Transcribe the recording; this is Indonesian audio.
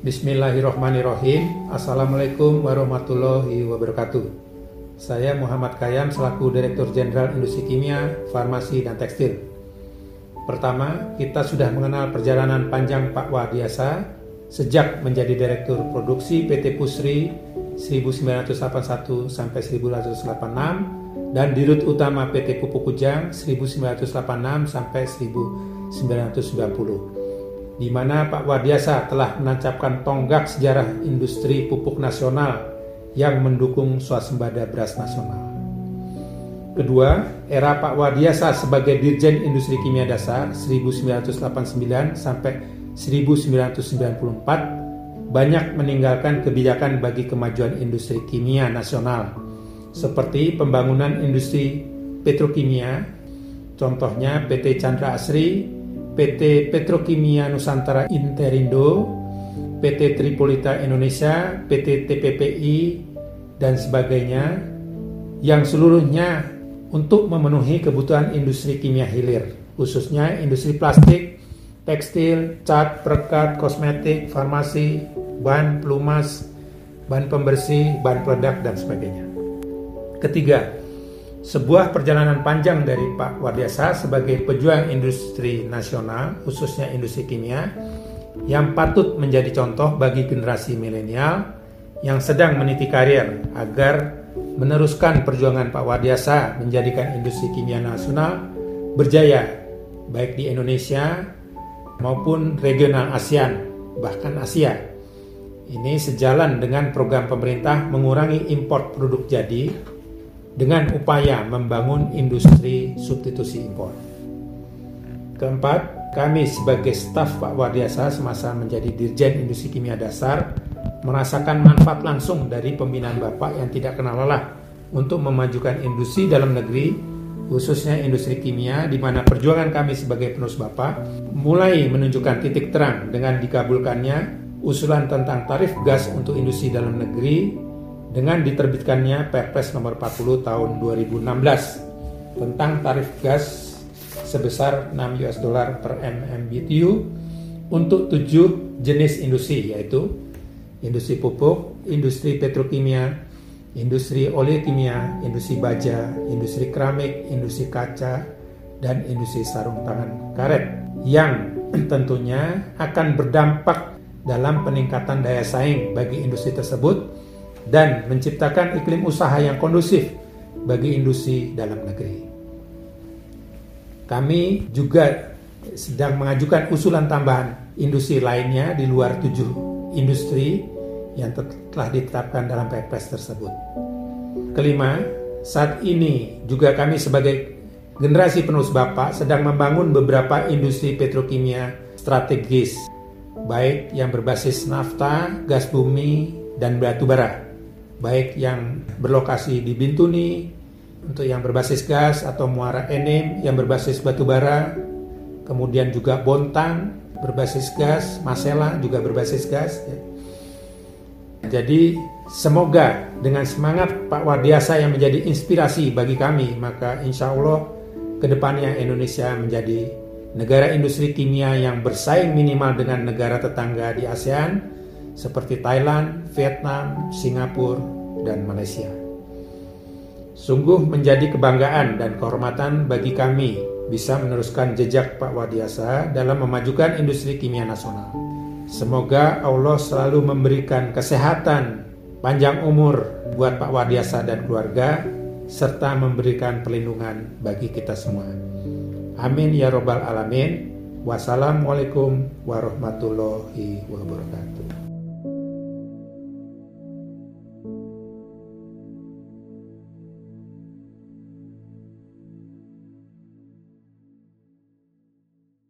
Bismillahirrahmanirrahim. Assalamualaikum warahmatullahi wabarakatuh. Saya Muhammad Kayam selaku Direktur Jenderal Industri Kimia, Farmasi, dan Tekstil. Pertama, kita sudah mengenal perjalanan panjang Pak Wadiasa sejak menjadi Direktur Produksi PT Pusri 1981 sampai 1986 dan Dirut Utama PT Pupuk Kujang 1986 sampai 1990. Di mana Pak Wadiasa telah menancapkan tonggak sejarah industri pupuk nasional yang mendukung swasembada beras nasional. Kedua, era Pak Wadiasa sebagai Dirjen Industri Kimia Dasar 1989 sampai 1994 banyak meninggalkan kebijakan bagi kemajuan industri kimia nasional seperti pembangunan industri petrokimia, contohnya PT Chandra Asri, PT Petrokimia Nusantara Interindo, PT Tripolita Indonesia, PT TPPI, dan sebagainya, yang seluruhnya untuk memenuhi kebutuhan industri kimia hilir, khususnya industri plastik, tekstil, cat, perekat, kosmetik, farmasi, bahan pelumas, bahan pembersih, bahan peledak, dan sebagainya. Ketiga, sebuah perjalanan panjang dari Pak Wadiasa sebagai pejuang industri nasional, khususnya industri kimia, yang patut menjadi contoh bagi generasi milenial yang sedang meniti karir agar meneruskan perjuangan Pak Wadiasa menjadikan industri kimia nasional berjaya, baik di Indonesia maupun regional ASEAN, bahkan Asia. Ini sejalan dengan program pemerintah mengurangi impor produk jadi dengan upaya membangun industri substitusi impor. Keempat, kami sebagai staf Pak Wadiasa semasa menjadi Dirjen Industri Kimia Dasar merasakan manfaat langsung dari pembinaan Bapak yang tidak kenal lelah untuk memajukan industri dalam negeri, khususnya industri kimia, di mana perjuangan kami sebagai penerus Bapak mulai menunjukkan titik terang dengan dikabulkannya usulan tentang tarif gas untuk industri dalam negeri dengan diterbitkannya Perpres nomor 40 tahun 2016 tentang tarif gas sebesar $6 per MMBTU untuk 7 jenis industri, yaitu industri pupuk, industri petrokimia, industri oleokimia, industri baja, industri keramik, industri kaca, dan industri sarung tangan karet, yang tentunya akan berdampak dalam peningkatan daya saing bagi industri tersebut dan menciptakan iklim usaha yang kondusif bagi industri dalam negeri. Kami juga sedang mengajukan usulan tambahan industri lainnya di luar 7 industri yang telah ditetapkan dalam Perpres tersebut. Kelima, saat ini juga kami sebagai generasi penerus Bapak sedang membangun beberapa industri petrokimia strategis, baik yang berbasis nafta, gas bumi, dan batu bara, baik yang berlokasi di Bintuni untuk yang berbasis gas atau Muara Enim yang berbasis batu bara, kemudian juga Bontang berbasis gas, Masela juga berbasis gas. Jadi semoga dengan semangat Pak Wadiasa yang menjadi inspirasi bagi kami, maka insya Allah kedepannya Indonesia menjadi negara industri kimia yang bersaing minimal dengan negara tetangga di ASEAN seperti Thailand, Vietnam, Singapura, dan Malaysia. Sungguh menjadi kebanggaan dan kehormatan bagi kami bisa meneruskan jejak Pak Wadiasa dalam memajukan industri kimia nasional. Semoga Allah selalu memberikan kesehatan, panjang umur buat Pak Wadiasa dan keluarga, serta memberikan perlindungan bagi kita semua. Amin ya robbal alamin. Wassalamualaikum warahmatullahi wabarakatuh.